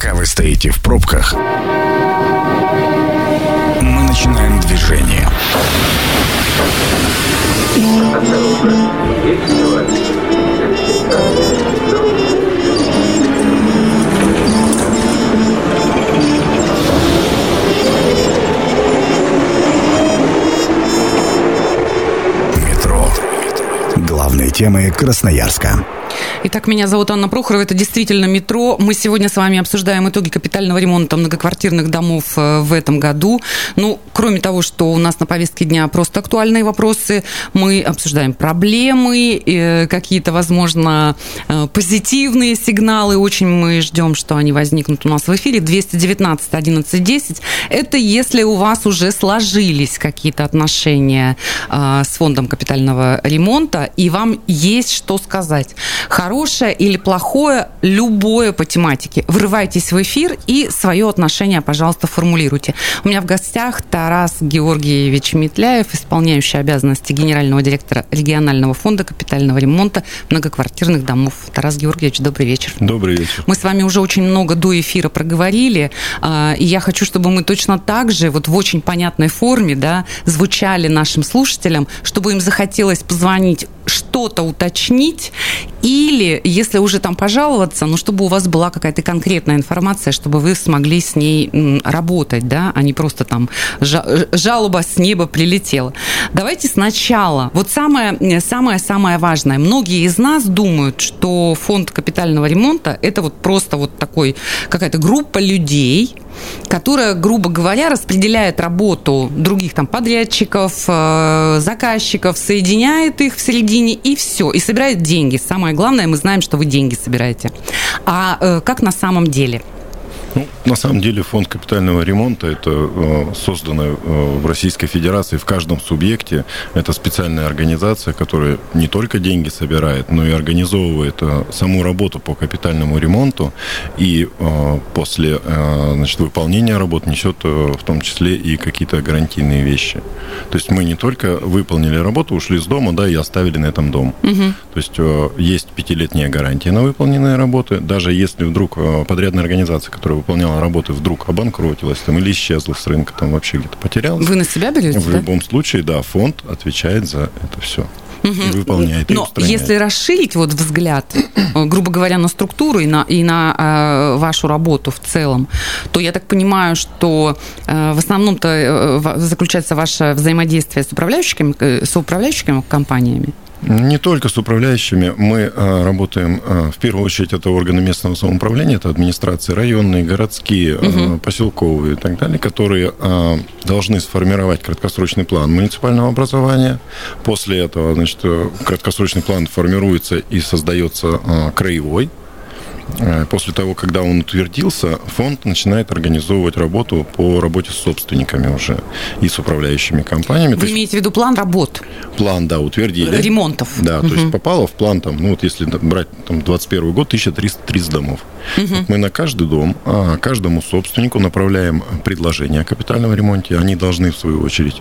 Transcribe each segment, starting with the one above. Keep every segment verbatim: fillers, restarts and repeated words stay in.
Пока вы стоите в пробках, мы начинаем движение. Метро. Главные темы Красноярска. Итак, меня зовут Анна Прохорова, это действительно метро. Мы сегодня с вами обсуждаем итоги капитального ремонта многоквартирных домов в этом году. Ну, кроме того, что у нас на повестке дня просто актуальные вопросы, мы обсуждаем проблемы, какие-то, возможно, позитивные сигналы. Очень мы ждем, что они возникнут у нас в эфире. двести девятнадцать одиннадцать десять. Это если у вас уже сложились какие-то отношения с фондом капитального ремонта, и вам есть что сказать. Хорошее или плохое, любое по тематике. Врывайтесь в эфир и свое отношение, пожалуйста, формулируйте. У меня в гостях Тарас Георгиевич Метляев, исполняющий обязанности генерального директора регионального фонда капитального ремонта многоквартирных домов. Тарас Георгиевич, добрый вечер. Добрый вечер. Мы с вами уже очень много до эфира проговорили, и я хочу, чтобы мы точно так же, вот в очень понятной форме, да, звучали нашим слушателям, чтобы им захотелось позвонить, что-то уточнить, или, если уже там пожаловаться, ну, чтобы у вас была какая-то конкретная информация, чтобы вы смогли с ней работать, да, а не просто там жалоба с неба прилетела. Давайте сначала. Вот самое, самое-самое важное. Многие из нас думают, что фонд капитального ремонта – это вот просто вот такой, какая-то группа людей, которая, грубо говоря, распределяет работу других там подрядчиков, заказчиков, соединяет их в середине и все, и собирает деньги. Самое главное, мы знаем, что вы деньги собираете. А как на самом деле? Ну, на самом деле фонд капитального ремонта – это э, созданная э, в Российской Федерации в каждом субъекте. Это специальная организация, которая не только деньги собирает, но и организовывает э, саму работу по капитальному ремонту. И э, после э, значит, выполнения работ несет э, в том числе и какие-то гарантийные вещи. То есть мы не только выполнили работу, ушли с дома, да, и оставили на этом дом. Угу. То есть э, есть пятилетняя гарантия на выполненные работы. Даже если вдруг э, подрядная организация, которая выполняла работы, вдруг обанкротилась там, или исчезла с рынка, там вообще где-то потерялась. Вы на себя берете, В да? любом случае, да, фонд отвечает за это все. Угу. И выполняет, Но и устраняет. Если расширить вот взгляд, грубо говоря, на структуру и на, и на э, вашу работу в целом, то я так понимаю, что э, в основном-то э, заключается ваше взаимодействие с управляющими, э, с управляющими компаниями? Не только с управляющими. Мы а, работаем, а, в первую очередь, это органы местного самоуправления, это администрации районные, городские, угу. а, поселковые и так далее, которые а, должны сформировать краткосрочный план муниципального образования. После этого, значит, краткосрочный план формируется и создается а, краевой. После того, когда он утвердился, фонд начинает организовывать работу по работе с собственниками уже и с управляющими компаниями. Вы имеете в виду план работ? План, да, утвердили. Ремонтов. Да, угу. то есть попало в план, там, ну вот если брать там, двадцать первый год, тысяча триста тридцать домов. Угу. Вот мы на каждый дом, а каждому собственнику направляем предложение о капитальном ремонте. Они должны, в свою очередь,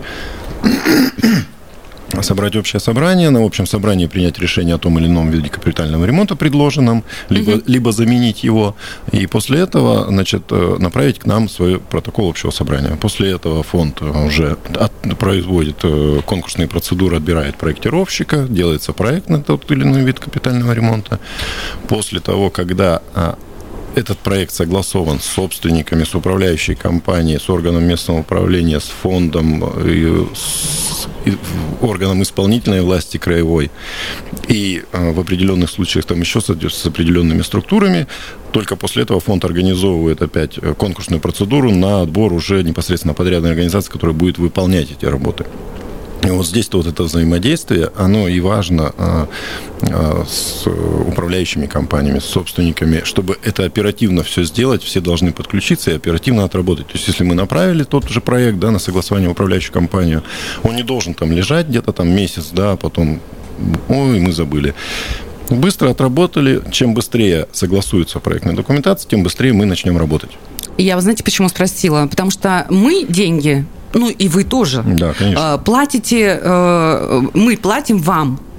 собрать общее собрание, на общем собрании принять решение о том или ином виде капитального ремонта предложенном, либо, uh-huh. либо заменить его, и после этого, значит, направить к нам свой протокол общего собрания. После этого фонд уже от, производит конкурсные процедуры, отбирает проектировщика, делается проект на тот или иной вид капитального ремонта. После того, когда этот проект согласован с собственниками, с управляющей компанией, с органом местного управления, с фондом, и с органом исполнительной власти краевой. И в определенных случаях там еще с определенными структурами. Только после этого фонд организовывает опять конкурсную процедуру на отбор уже непосредственно подрядной организации, которая будет выполнять эти работы. И вот здесь-то вот это взаимодействие, оно и важно а, а, с управляющими компаниями, с собственниками, чтобы это оперативно все сделать, все должны подключиться и оперативно отработать. То есть, если мы направили тот же проект, да, на согласование в управляющую компанию, он не должен там лежать где-то там месяц, да, а потом, ой, мы забыли. Быстро отработали, чем быстрее согласуется проектная документация, тем быстрее мы начнем работать. Я, вы знаете, почему спросила? Потому что мы деньги, ну и вы тоже, да, конечно. платите, мы платим вам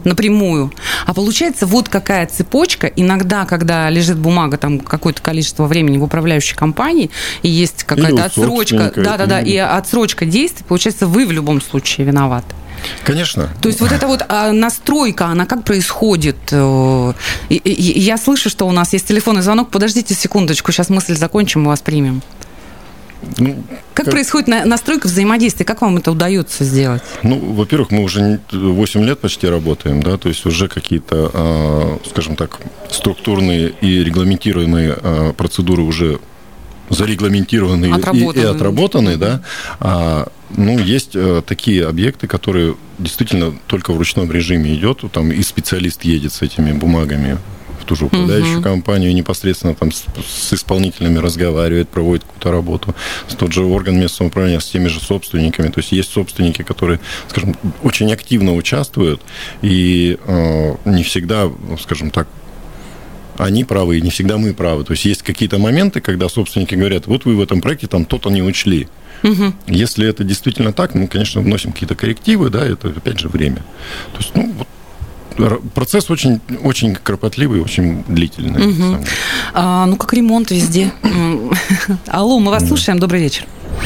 напрямую. А получается, вот какая цепочка. Иногда, когда лежит бумага там какое-то количество времени в управляющей компании, и есть какая-то отсрочка, да-да-да, и отсрочка действий, получается, вы в любом случае виноваты. Конечно. То есть вот эта вот а, настройка, она как происходит? И, и, я слышу, что у нас есть телефонный звонок. Подождите секундочку, сейчас мысль закончим, мы вас примем. Ну, как, как происходит на, настройка взаимодействия? Как вам это удается сделать? Ну, во-первых, мы уже восемь лет почти работаем, да, то есть уже какие-то, скажем так, структурные и регламентируемые процедуры уже зарегламентированные и, и отработанные, да. А, ну, есть а, такие объекты, которые действительно только в ручном режиме идет, там и специалист едет с этими бумагами в ту же управляющую uh-huh. компанию, непосредственно там с, с исполнителями разговаривает, проводит какую-то работу. Тот же орган местного управления с теми же собственниками. То есть есть собственники, которые, скажем, очень активно участвуют, и а, не всегда, скажем так, они правы, и не всегда мы правы. То есть есть какие-то моменты, когда собственники говорят, вот вы в этом проекте там то-то не учли. Угу. Если это действительно так, мы, конечно, вносим какие-то коррективы, да, это, опять же, время. То есть, ну, вот, процесс очень, очень кропотливый, очень длительный. Угу. А, ну, как ремонт везде. Алло, мы вас слушаем, добрый вечер.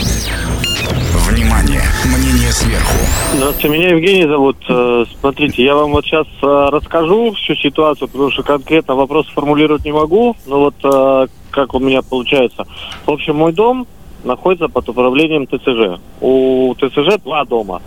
Внимание! Мнение сверху. Здравствуйте, меня Евгений зовут. Смотрите, я вам вот сейчас расскажу всю ситуацию, потому что конкретно вопрос формулировать не могу, но вот как у меня получается. В общем, мой дом находится под управлением ТСЖ. У ТСЖ два дома.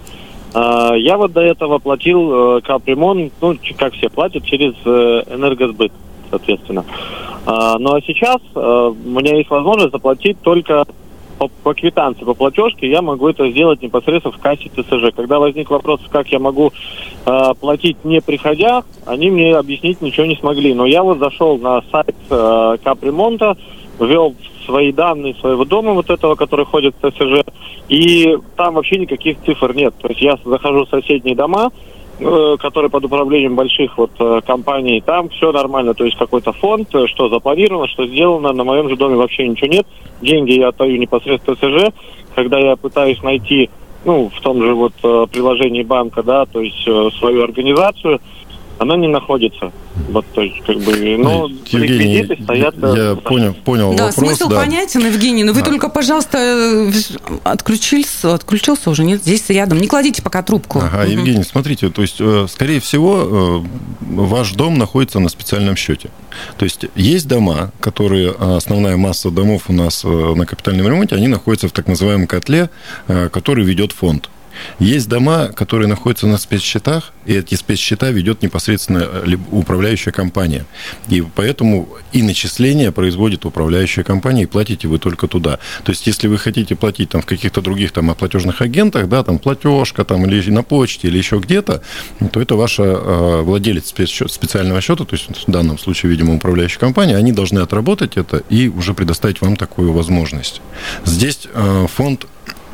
Я вот до этого платил капремонт, ну, как все платят, через энергосбыт, соответственно. Ну, а сейчас у меня есть возможность заплатить только По, по квитанции, по платежке, я могу это сделать непосредственно в кассе ТСЖ. Когда возник вопрос, как я могу э, платить не приходя, они мне объяснить ничего не смогли. Но я вот зашел на сайт э, капремонта, ввел свои данные своего дома, вот этого, который ходит в ТСЖ, и там вообще никаких цифр нет. То есть я захожу в соседние дома, которые под управлением больших вот компаний, там все нормально, то есть какой-то фонд, что запланировано, что сделано, на моем же доме вообще ничего нет, деньги я отдаю непосредственно ТСЖ, когда я пытаюсь найти, ну, в том же вот приложении банка, да, то есть свою организацию, она не находится. Вот, то есть, как бы, но Евгений, стоят... Я понял, понял да, вопрос. Смысл да. понятен, Евгений, но вы да. только, пожалуйста, отключился, отключился уже, нет, здесь рядом. Не кладите пока трубку. Ага, угу. Евгений, смотрите, то есть, скорее всего, ваш дом находится на специальном счете. То есть, есть дома, которые, основная масса домов у нас на капитальном ремонте, они находятся в так называемом котле, который ведет фонд. Есть дома, которые находятся на спецсчетах, и эти спецсчета ведет непосредственно управляющая компания. И поэтому и начисления производит управляющая компания, и платите вы только туда. То есть, если вы хотите платить там, в каких-то других там, платежных агентах, да, там платежка там, или на почте, или еще где-то, то это ваша э, владелец спецсчет, специального счета, то есть в данном случае, видимо, управляющая компания, они должны отработать это и уже предоставить вам такую возможность. Здесь э, фонд...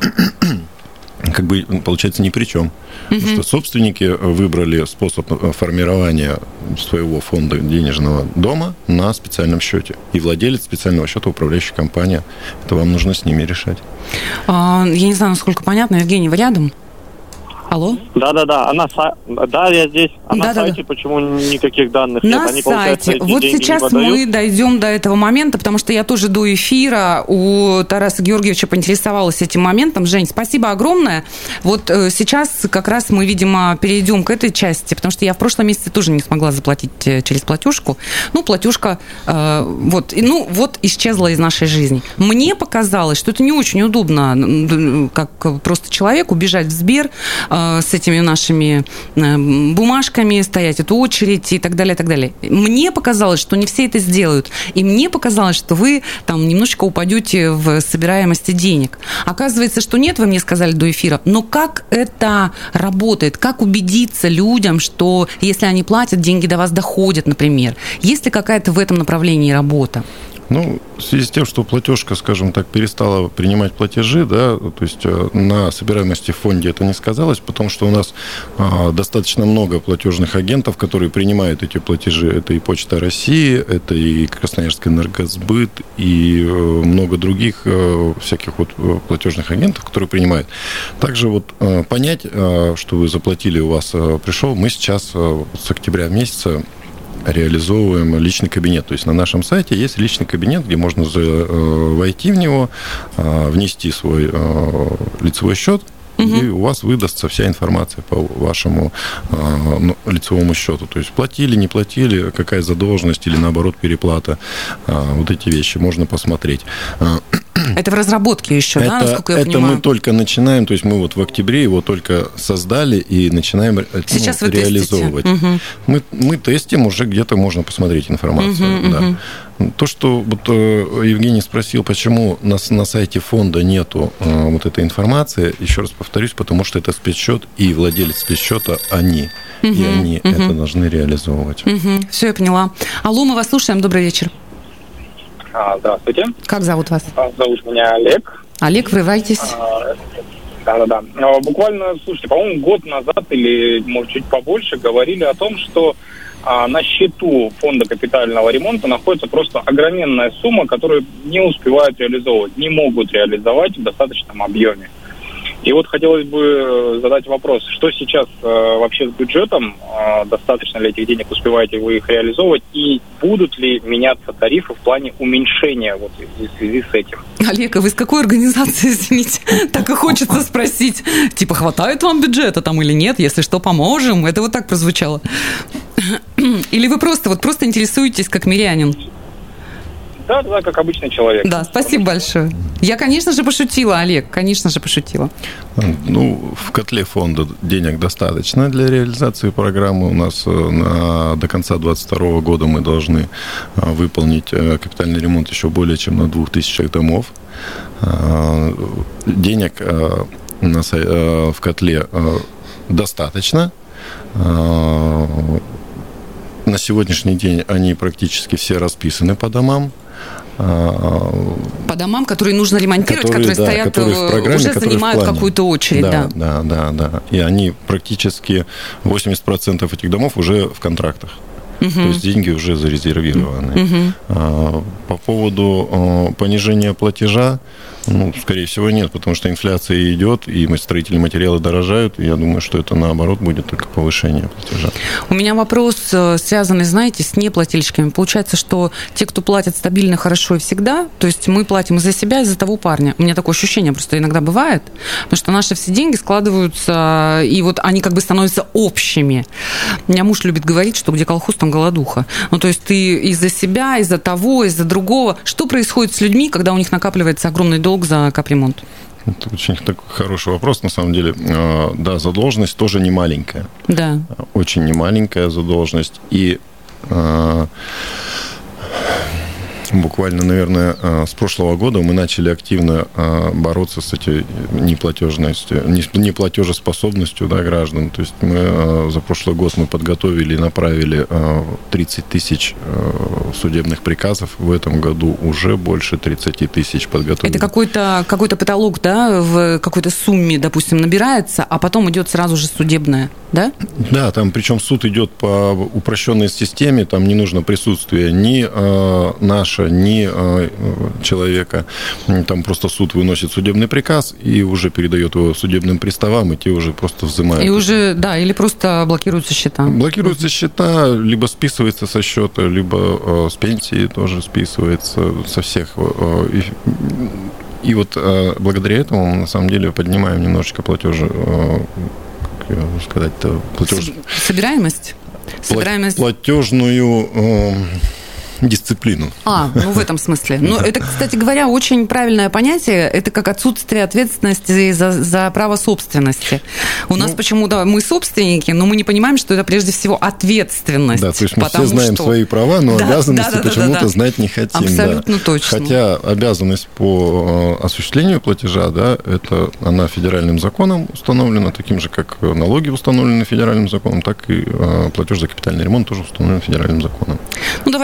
как бы, получается, ни при чем. Mm-hmm. Потому что собственники выбрали способ формирования своего фонда денежного дома на специальном счете. И владелец специального счета управляющая компания. Это вам нужно с ними решать. А, я не знаю, насколько понятно. Евгений, вы рядом? Алло? Да-да-да, а на са... да, я здесь. А да, на да, сайте да. почему никаких данных на нет? Они, сайте. Вот сейчас мы дойдем до этого момента, потому что я тоже до эфира у Тараса Георгиевича поинтересовалась этим моментом. Жень, спасибо огромное. Вот сейчас как раз мы, видимо, перейдем к этой части, потому что я в прошлом месяце тоже не смогла заплатить через платежку. Ну, платежка э, вот, ну, вот исчезла из нашей жизни. Мне показалось, что это не очень удобно, как просто человеку бежать в Сбер, с этими нашими бумажками, стоять эту очередь и так далее, и так далее. Мне показалось, что не все это сделают. И мне показалось, что вы там немножечко упадете в собираемости денег. Оказывается, что нет, вы мне сказали до эфира. Но как это работает? Как убедиться людям, что если они платят, деньги до вас доходят, например? Есть ли какая-то в этом направлении работа? Ну, в связи с тем, что платежка, скажем так, перестала принимать платежи, да, то есть на собираемости в фонде это не сказалось, потому что у нас а, достаточно много платежных агентов, которые принимают эти платежи. Это и Почта России, это и Красноярский энергосбыт, и много других а, всяких вот платежных агентов, которые принимают. Также вот а, понять, а, что вы заплатили, у вас а, пришел, мы сейчас а, с октября месяца реализовываем личный кабинет. То есть на нашем сайте есть личный кабинет, где можно войти в него, внести свой лицевой счет, угу. и у вас выдастся вся информация по вашему ну, лицевому счету. То есть платили, не платили, какая задолженность или наоборот переплата. Вот эти вещи можно посмотреть. Это в разработке еще, это, да, насколько я это понимаю? Это мы только начинаем, то есть мы вот в октябре его только создали и начинаем Сейчас ну, вы реализовывать. Угу. Мы, мы тестим, уже где-то можно посмотреть информацию. Угу, да. угу. То, что вот Евгений спросил, почему на, на сайте фонда нету вот этой информации, еще раз повторюсь, потому что это спецсчет, и владелец спецсчета они. Угу, и они угу. это должны реализовывать. Угу. Все, я поняла. Алло, мы вас слушаем. Добрый вечер. А, здравствуйте. Как зовут вас? Зовут меня Олег. Олег, врывайтесь. А, да-да-да. Буквально, слушайте, по-моему, год назад или, может, чуть побольше говорили о том, что а, на счету фонда капитального ремонта находится просто огроменная сумма, которую не успевают реализовывать, не могут реализовать в достаточном объеме. И вот хотелось бы задать вопрос, что сейчас э, вообще с бюджетом, э, достаточно ли этих денег, успеваете вы их реализовывать, и будут ли меняться тарифы в плане уменьшения вот в связи с этим? Олег, а вы с какой организации, извините, так и хочется спросить, типа, хватает вам бюджета там или нет, если что, поможем? Это вот так прозвучало. Или вы просто, вот просто интересуетесь как мирянин? Да, да, как обычный человек. Да, спасибо большое. Я, конечно же, пошутила, Олег, конечно же, пошутила. Ну, в котле фонда денег достаточно для реализации программы. У нас на, до конца двадцать второго года мы должны выполнить капитальный ремонт еще более чем на двух тысячах домов. Денег на, в котле достаточно. На сегодняшний день они практически все расписаны по домам. По домам, которые нужно ремонтировать, которые, которые да, стоят, которые в программе, уже которые занимают какую-то очередь. Да, да, да, да, да. И они практически, восемьдесят процентов этих домов уже в контрактах. Uh-huh. То есть деньги уже зарезервированы. Uh-huh. По поводу понижения платежа, ну, скорее всего, нет, потому что инфляция идет, и строительные материалы дорожают, и я думаю, что это, наоборот, будет только повышение платежа. У меня вопрос, связанный, знаете, с неплательщиками. Получается, что те, кто платят стабильно, хорошо и всегда, то есть мы платим за себя и за того парня. У меня такое ощущение просто иногда бывает, потому что наши все деньги складываются, и вот они как бы становятся общими. У меня муж любит говорить, что где колхоз, там голодуха. Ну, то есть ты из-за себя, из-за того, из-за другого. Что происходит с людьми, когда у них накапливается огромный долг за капремонт? Это очень такой хороший вопрос, на самом деле. Да, задолженность тоже не маленькая. Да. Очень не маленькая задолженность. И буквально, наверное, с прошлого года мы начали активно бороться с этой неплатежностью, неплатежеспособностью, да, граждан. То есть мы за прошлый год мы подготовили и направили тридцать тысяч судебных приказов. В этом году уже больше тридцать тысяч подготовили. Это какой-то, какой-то потолок, да, в какой-то сумме, допустим, набирается, а потом идет сразу же судебное, да? Да, там причем суд идет по упрощенной системе, там не нужно присутствие ни э, наше, ни э, человека. Там просто суд выносит судебный приказ и уже передает его судебным приставам, и те уже просто взимают. И уже, да, или просто блокируются счета. Блокируются счета, либо списывается со счета, либо э, с пенсии тоже списывается, со всех. Э, и, и вот э, благодаря этому мы на самом деле поднимаем немножечко платежи, э, как сказать, платеж... Собираемость? Собираемость... Платежную... Э, дисциплину. А, ну в этом смысле. Ну, это, кстати говоря, очень правильное понятие. Это как отсутствие ответственности за, за право собственности. У ну, нас почему-то мы собственники, но мы не понимаем, что это прежде всего ответственность. Да, то есть мы все знаем что... свои права, но да, обязанности да, да, почему-то да, да, да. знать не хотим. Абсолютно да. точно. Хотя обязанность по осуществлению платежа, да, это она федеральным законом установлена, таким же, как налоги установлены федеральным законом, так и платеж за капитальный ремонт тоже установлен федеральным законом. Ну, давайте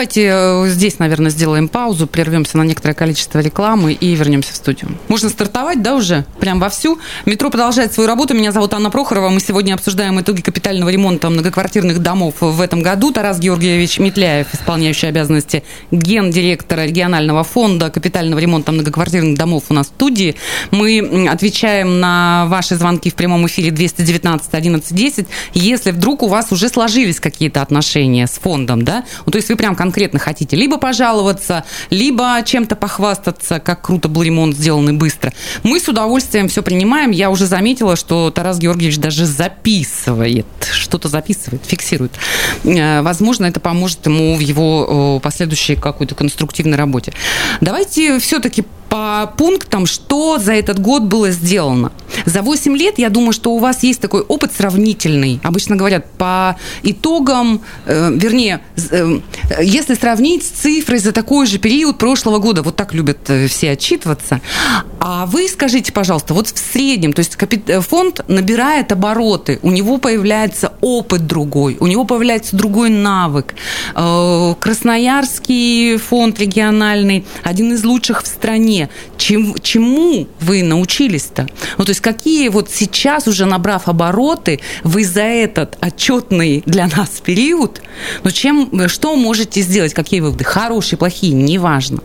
давайте здесь, наверное, сделаем паузу, прервемся на некоторое количество рекламы и вернемся в студию. Можно стартовать, да, уже? Прям вовсю. Метро продолжает свою работу. Меня зовут Анна Прохорова. Мы сегодня обсуждаем итоги капитального ремонта многоквартирных домов в этом году. Тарас Георгиевич Метляев, исполняющий обязанности гендиректора регионального фонда капитального ремонта многоквартирных домов у нас в студии. Мы отвечаем на ваши звонки в прямом эфире двести девятнадцать одиннадцать десять. Если вдруг у вас уже сложились какие-то отношения с фондом, да, ну, то есть вы прям конкретно хотите либо пожаловаться, либо чем-то похвастаться, как круто был ремонт сделан и быстро. Мы с удовольствием все принимаем. Я уже заметила, что Тарас Георгиевич даже записывает, что-то записывает, фиксирует. Возможно, это поможет ему в его последующей какой-то конструктивной работе. Давайте все-таки по пунктам, что за этот год было сделано. За восемь лет, я думаю, что у вас есть такой опыт сравнительный. Обычно говорят, по итогам, э, вернее, э, если сравнить с цифрой за такой же период прошлого года, вот так любят все отчитываться. А вы скажите, пожалуйста, вот в среднем, то есть фонд набирает обороты, у него появляется опыт другой, у него появляется другой навык. Э, Красноярский фонд региональный, один из лучших в стране. Чем, чему вы научились-то? Ну, то есть какие вот сейчас, уже набрав обороты, вы за этот отчетный для нас период, ну, чем, что можете сделать? Какие выводы? Хорошие, плохие, неважно.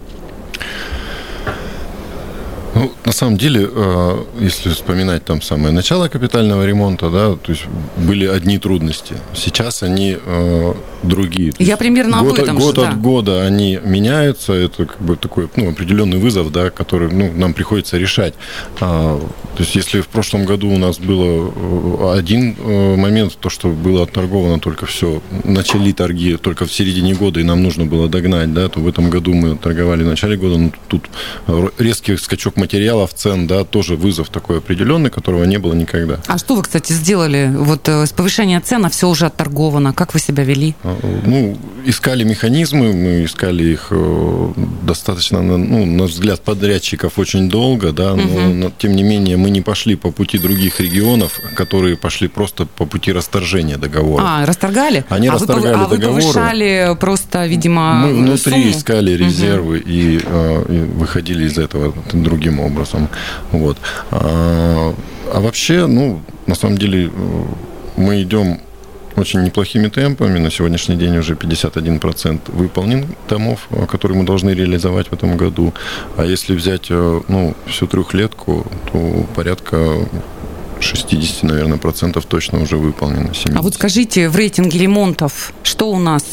Ну, на самом деле, если вспоминать там самое начало капитального ремонта, да, то есть были одни трудности. Сейчас они э, другие. Я примерно об этом же. Год да. от года они меняются. Это как бы такой, ну, определенный вызов, да, который, ну, нам приходится решать. А, то есть если в прошлом году у нас было один момент, то, что было отторговано только все, начали торги только в середине года, и нам нужно было догнать, да, то в этом году мы торговали в начале года, но тут резкий скачок материалов, цен, да, тоже вызов такой определенный, которого не было никогда. А что вы, кстати, сделали? Вот с повышения цен, а все уже отторговано. Как вы себя вели? Ну, искали механизмы, мы искали их достаточно, ну, на взгляд подрядчиков, очень долго, да, но, угу. но тем не менее мы не пошли по пути других регионов, которые пошли просто по пути расторжения договора. А, расторгали? Они а расторгали вы, а договоры. вы повышали просто, видимо, мы внутри сумму? искали резервы угу. и, и выходили из этого другим образом. Вот. А, а вообще, ну, на самом деле, мы идем очень неплохими темпами. На сегодняшний день уже пятьдесят один процент выполнен домов, которые мы должны реализовать в этом году. А если взять, ну, всю трехлетку, то порядка шестьдесят, наверное, процентов точно уже выполнено. семьдесят. А вот скажите, в рейтинге ремонтов, что у нас?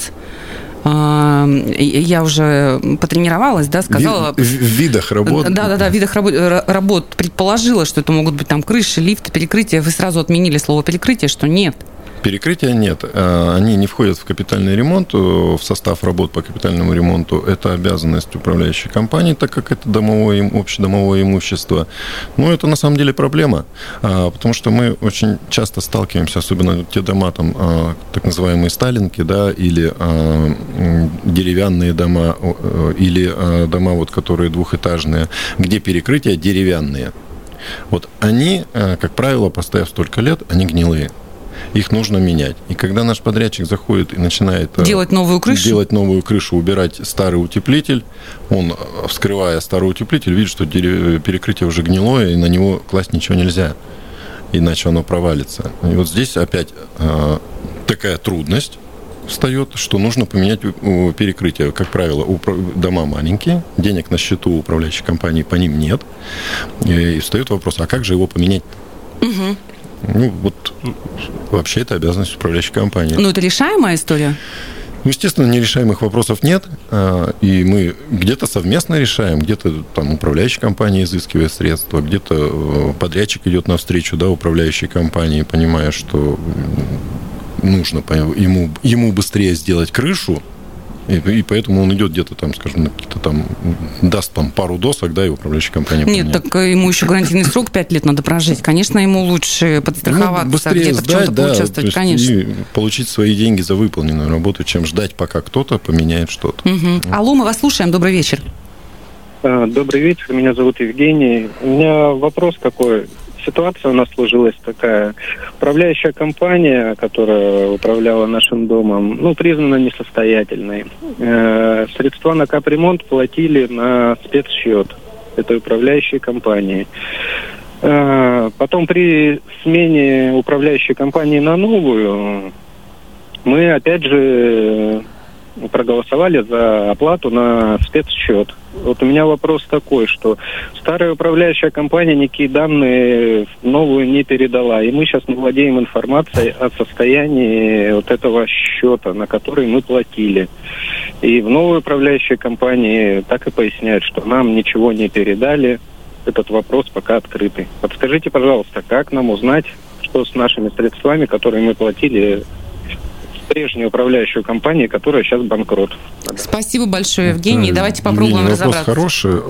Я уже потренировалась, да, сказала... В, в видах работ. Да-да-да, в видах работ, работ предположила, что это могут быть там крыши, лифты, перекрытия. Вы сразу отменили слово перекрытие, что нет. Перекрытия нет. Они не входят в капитальный ремонт, в состав работ по капитальному ремонту. Это обязанность управляющей компании, так как это домовое, общедомовое имущество. Но это на самом деле проблема, потому что мы очень часто сталкиваемся, особенно те дома, там, так называемые сталинки, да, или деревянные дома, или дома, вот, которые двухэтажные, где перекрытия деревянные. Вот они, как правило, простояв столько лет, они гнилые. Их нужно менять. И когда наш подрядчик заходит и начинает делать новую крышу, делать новую крышу, убирать старый утеплитель, он, вскрывая старый утеплитель, видит, что перекрытие уже гнилое, и на него класть ничего нельзя, иначе оно провалится. И вот здесь опять э, такая трудность встает, что нужно поменять перекрытие. Как правило, дома маленькие, денег на счету управляющей компании по ним нет. И встает вопрос, а как же его поменять? Угу. Ну, вот вообще это обязанность управляющей компании. Ну, это решаемая история? Ну, естественно, нерешаемых вопросов нет, и мы где-то совместно решаем, где-то там управляющая компания изыскивает средства, где-то подрядчик идет навстречу, да, управляющей компании, понимая, что нужно ему, ему быстрее сделать крышу, И, и поэтому он идет где-то там, скажем, на какие-то там, даст там пару досок, да, и управляющая компания Нет, поменяет. Так ему еще гарантийный срок пять лет надо прожить. Конечно, ему лучше подстраховаться, ну, быстрее где-то сдать, в чем-то да, поучаствовать, конечно. И получить свои деньги за выполненную работу, чем ждать, пока кто-то поменяет что-то. Угу. Вот. Алло, мы вас слушаем. Добрый вечер. Добрый вечер. Меня зовут Евгений. У меня вопрос какой. ситуация у нас сложилась такая. Управляющая компания, которая управляла нашим домом, ну, признана несостоятельной. Э, средства на капремонт платили на спецсчет этой управляющей компании. Э, потом при смене управляющей компании на новую мы опять же проголосовали за оплату на спецсчет. Вот у меня вопрос такой, что старая управляющая компания никакие данные в новую не передала, и мы сейчас не владеем информацией о состоянии вот этого счета, на который мы платили. И в новой управляющей компании так и поясняют, что нам ничего не передали. Этот вопрос пока открытый. Подскажите, пожалуйста, как нам узнать, что с нашими средствами, которые мы платили прежнюю управляющую компанию, которая сейчас банкрот. Спасибо большое, Евгений. Давайте попробуем Евгений, разобраться. Вопрос хороший.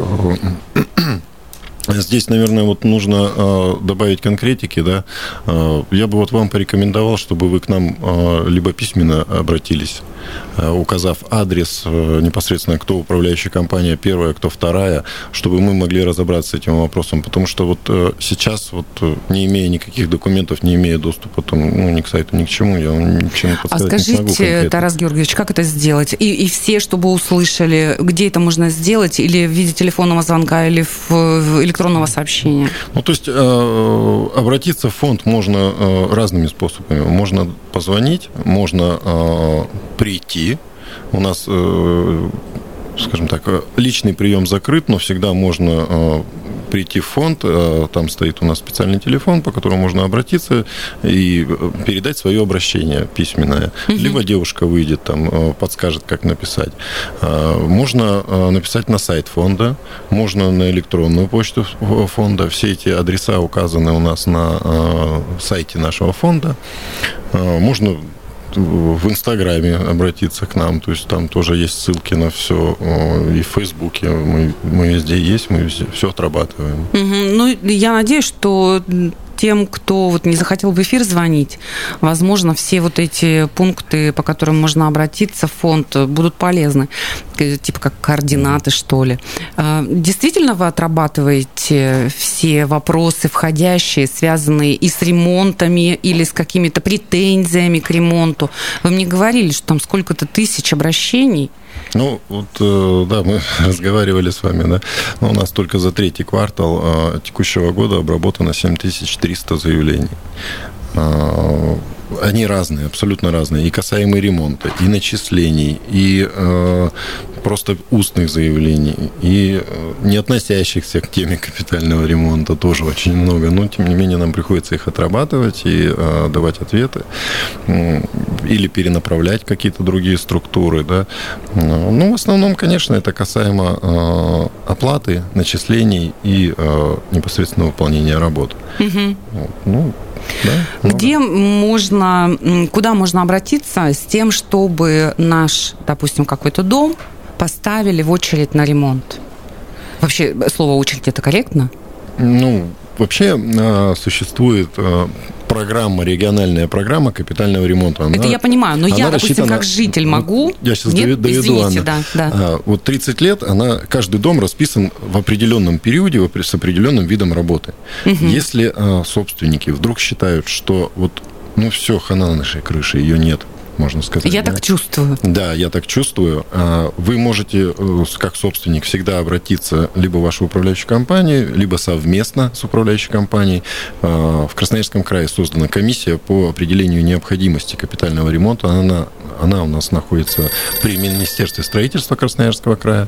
Здесь, наверное, вот нужно э, добавить конкретики, да. Э, я бы вот вам порекомендовал, чтобы вы к нам э, либо письменно обратились, э, указав адрес э, непосредственно, кто управляющая компания первая, кто вторая, чтобы мы могли разобраться с этим вопросом, потому что вот э, сейчас, вот, не имея никаких документов, не имея доступа там, ну, ни к сайту, ни к чему, я вам ничем подсказать а не смогу. А скажите, Тарас Георгиевич, как это сделать? И, и все, чтобы услышали, где это можно сделать, или в виде телефонного звонка, или в, в электронного сообщения? Ну, то есть э, обратиться в фонд можно э, разными способами. Можно позвонить, можно э, прийти. У нас, э, скажем так, личный прием закрыт, но всегда можно э, прийти в фонд. Э, там стоит у нас специальный телефон, по которому можно обратиться и передать свое обращение письменное. Угу. Либо девушка выйдет, там, э, подскажет, как написать. Э, можно э, написать на сайт фонда, можно на электронную почту фонда. Все эти адреса указаны у нас на э, сайте нашего фонда. Э, можно в Инстаграме обратиться к нам, то есть там тоже есть ссылки на все, и в Фейсбуке мы, мы везде есть, мы везде все отрабатываем. Угу. Ну, я надеюсь, что тем, кто вот не захотел в эфир звонить, возможно, все вот эти пункты, по которым можно обратиться в фонд, будут полезны, типа как координаты, что ли. Действительно вы отрабатываете все вопросы входящие, связанные и с ремонтами, или с какими-то претензиями к ремонту? Вы мне говорили, что там сколько-то тысяч обращений. Ну, вот, да, мы разговаривали с вами, да, но у нас только за третий квартал текущего года обработано семь тысяч триста заявлений. Они разные, абсолютно разные, и касаемые ремонта, и начислений, и э, просто устных заявлений, и не относящихся к теме капитального ремонта тоже очень много, но, тем не менее, нам приходится их отрабатывать и э, давать ответы, э, или перенаправлять какие-то другие структуры, да. Ну, в основном, конечно, это касаемо э, оплаты, начислений и э, непосредственно выполнения работы. Угу. Вот, ну, да, где можно, куда можно обратиться с тем, чтобы наш, допустим, какой-то дом поставили в очередь на ремонт? Вообще, слово «очередь» это корректно? Ну, вообще существует программа, региональная программа капитального ремонта. Она, это я понимаю, но я, допустим, как житель могу... Я сейчас Нет? доведу, Извините, Анна. Да, да. Вот тридцать лет, она, каждый дом расписан в определенном периоде с определенным видом работы. Угу. Если а, собственники вдруг считают, что вот, ну все, хана на нашей крыше, ее нет, можно сказать. Я да? так чувствую. Да, я так чувствую. Вы можете, как собственник, всегда обратиться либо в вашу управляющую компанию, либо совместно с управляющей компанией. В Красноярском крае создана комиссия по определению необходимости капитального ремонта. Она, она у нас находится при Министерстве строительства Красноярского края.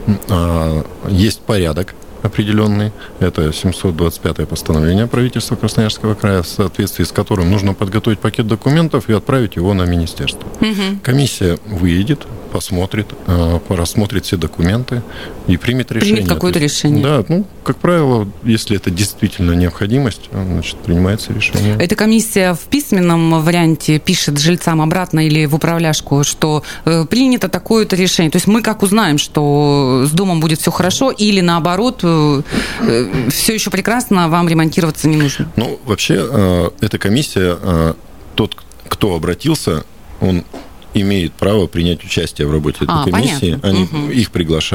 Есть порядок определенный. Это семьсот двадцать пятое постановление правительства Красноярского края, в соответствии с которым нужно подготовить пакет документов и отправить его на министерство. Угу. Комиссия выедет, посмотрит, рассмотрит все документы и примет решение. Примет какое-то решение. Да, ну, как правило, если это действительно необходимость, значит, принимается решение. Эта комиссия в письменном варианте пишет жильцам обратно или в управляшку, что э, принято такое-то решение. То есть мы как узнаем, что с домом будет все хорошо, или наоборот, э, э, все еще прекрасно, вам ремонтироваться не нужно? Ну, вообще, э, эта комиссия, э, тот, кто обратился, он имеет право принять участие в работе этой а, комиссии. Понятно. Они, угу. Их приглашают,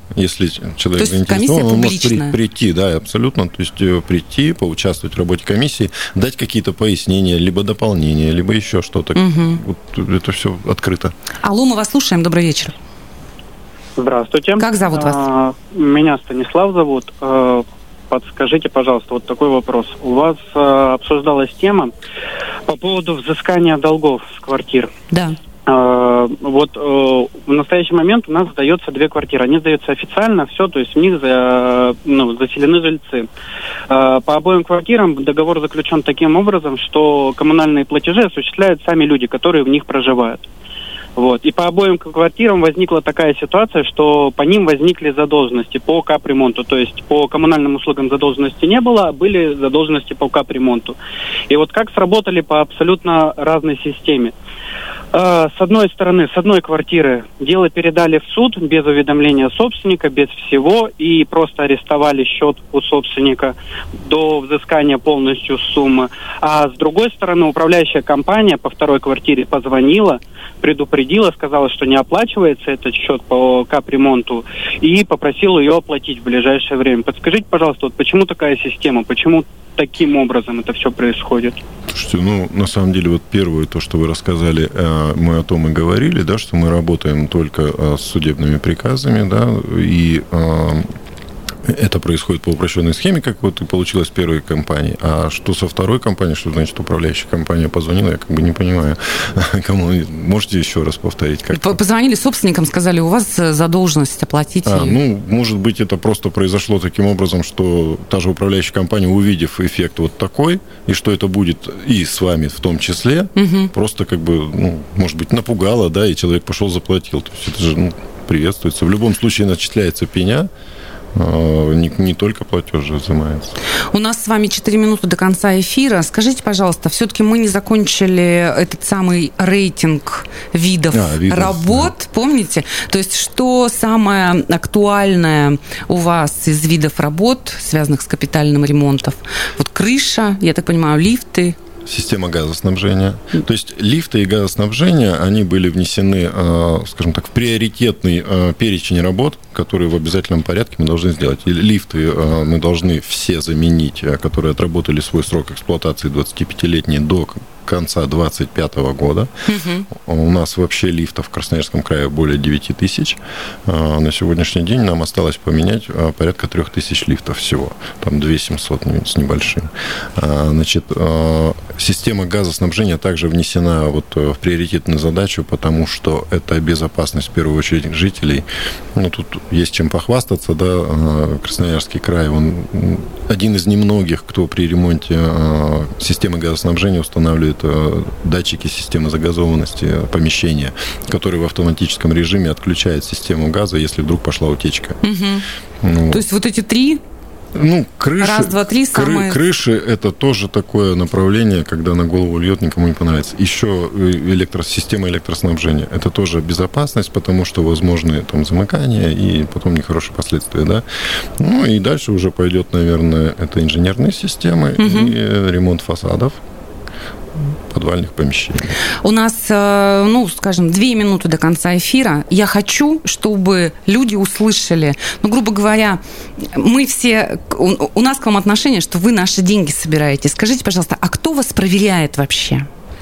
Если человек то есть заинтересован, он может при, публичная. прийти, да, абсолютно, то есть прийти, поучаствовать в работе комиссии, дать какие-то пояснения, либо дополнения, либо еще что-то. Угу. Вот это все открыто. Алло, мы вас слушаем. Добрый вечер. Здравствуйте. Как зовут вас? А, меня Станислав зовут. А, подскажите, пожалуйста, вот такой вопрос. У вас а, обсуждалась тема по поводу взыскания долгов с квартир. Да. А, вот а, в настоящий момент у нас сдается две квартиры. Они сдаются официально, все, то есть в них за, ну, заселены жильцы. А, по обоим квартирам договор заключен таким образом, что коммунальные платежи осуществляют сами люди, которые в них проживают. Вот. И по обоим квартирам возникла такая ситуация, что по ним возникли задолженности по капремонту. То есть по коммунальным услугам задолженности не было, а были задолженности по капремонту. И вот как сработали по абсолютно разной системе. С одной стороны, с одной квартиры дело передали в суд без уведомления собственника, без всего, и просто арестовали счет у собственника до взыскания полностью суммы. А с другой стороны, управляющая компания по второй квартире позвонила, предупредила, сказала, что не оплачивается этот счет по капремонту, и попросила ее оплатить в ближайшее время. Подскажите, пожалуйста, вот почему такая система, почему таким образом это все происходит? Слушайте, ну, на самом деле, вот первое, то, что вы рассказали, мы о том и говорили, да, что мы работаем только с судебными приказами, да, и это происходит по упрощенной схеме, как вот и получилось в первой компании. А что со второй компанией, что значит управляющая компания позвонила, я как бы не понимаю. Кому можете еще раз повторить? Как Позвонили собственникам, сказали, у вас задолженность, оплатите. А, ну, может быть, это просто произошло таким образом, что та же управляющая компания, увидев эффект вот такой, и что это будет и с вами в том числе, угу. просто как бы, ну, может быть, напугала, да, и человек пошел заплатил. То есть это же, ну, приветствуется. В любом случае начисляется пеня. Не, не только платеж же взимается. У нас с вами четыре минуты до конца эфира. Скажите, пожалуйста, все-таки мы не закончили этот самый рейтинг видов, а, видов работ, да. Помните? То есть, что самое актуальное у вас из видов работ, связанных с капитальным ремонтом? Вот крыша, я так понимаю, лифты. Система газоснабжения. То есть лифты и газоснабжение, они были внесены, скажем так, в приоритетный перечень работ, которые в обязательном порядке мы должны сделать. И лифты мы должны все заменить, которые отработали свой срок эксплуатации двадцатипятилетний до конца двадцать пятого года. Угу. У нас вообще лифтов в Красноярском крае более девять тысяч. На сегодняшний день нам осталось поменять порядка три тысячи лифтов всего. Там две тысячи семьсот с небольшим. Значит, система газоснабжения также внесена вот в приоритетную задачу, потому что это безопасность в первую очередь жителей. Ну, тут есть чем похвастаться, да. Красноярский край, он один из немногих, кто при ремонте системы газоснабжения устанавливает датчики системы загазованности помещения, которые в автоматическом режиме отключают систему газа, если вдруг пошла утечка. Угу. Ну, то есть вот эти три... Ну, крыши, Раз, два, три, самые... крыши – это тоже такое направление, когда на голову льет, никому не понравится. Еще электро... система электроснабжения – это тоже безопасность, потому что возможны там замыкания и потом нехорошие последствия, да. Ну, и дальше уже пойдет, наверное, это инженерные системы угу. и ремонт фасадов подвальных помещений. У нас, ну, скажем, две минуты до конца эфира. Я хочу, чтобы люди услышали, ну, грубо говоря, мы все, у, у нас к вам отношение, что вы наши деньги собираете. Скажите, пожалуйста, а кто вас проверяет вообще?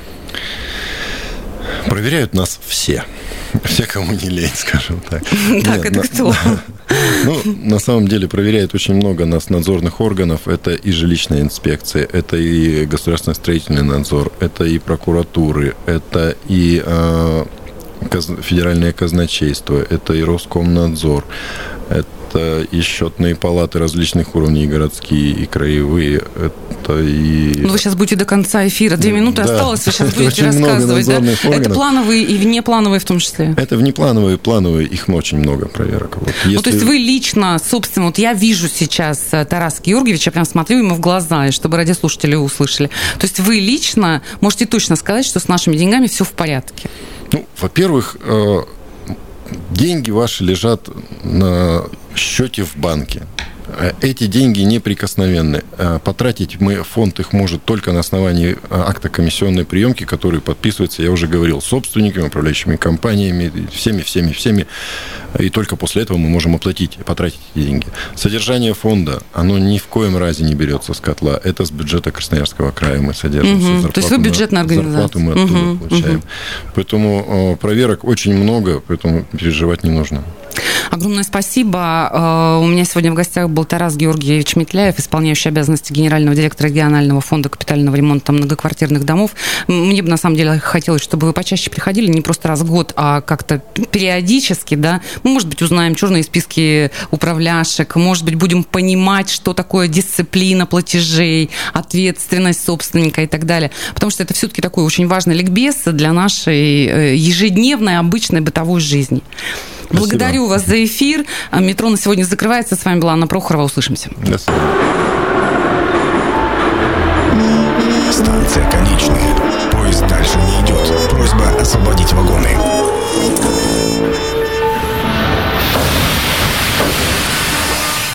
Проверяют нас все. Все, кому не лень, скажем так. Так, это кто? Ну, на самом деле, проверяет очень много нас надзорных органов. Это и жилищная инспекция, это и государственный строительный надзор, это и прокуратуры, это и федеральное казначейство, это и Роскомнадзор, это и счетные палаты различных уровней, и городские, и краевые, это и... Ну, вы сейчас будете до конца эфира, две минуты да, осталось, вы сейчас будете рассказывать, да? Это плановые и внеплановые в том числе? Это внеплановые и плановые, их очень много проверок. Вот, если... Ну, то есть вы лично, собственно, вот я вижу сейчас Тараса Георгиевича, прям смотрю ему в глаза, чтобы радиослушатели услышали. То есть вы лично можете точно сказать, что с нашими деньгами все в порядке? Ну, во-первых, деньги ваши лежат на счете в банке. Эти деньги неприкосновенны. Потратить мы, фонд их может только на основании акта комиссионной приемки, который подписывается, я уже говорил, собственниками, управляющими компаниями, всеми, всеми, всеми. И только после этого мы можем оплатить, потратить эти деньги. Содержание фонда, оно ни в коем разе не берется с котла. Это с бюджета Красноярского края мы содержимся. Угу. То есть вы бюджетная организация. Зарплату мы оттуда угу. получаем. Угу. Поэтому проверок очень много, поэтому переживать не нужно. Огромное спасибо. У меня сегодня в гостях был Тарас Георгиевич Метляев, исполняющий обязанности генерального директора регионального фонда капитального ремонта многоквартирных домов. Мне бы, на самом деле, хотелось, чтобы вы почаще приходили, не просто раз в год, а как-то периодически, да. Мы, может быть, узнаем черные списки управляшек, может быть, будем понимать, что такое дисциплина платежей, ответственность собственника и так далее. Потому что это все-таки такой очень важный ликбез для нашей ежедневной, обычной бытовой жизни. Спасибо. Благодарю вас за эфир. Метро на сегодня закрывается. С вами была Анна Прохорова. Услышимся. До свидания.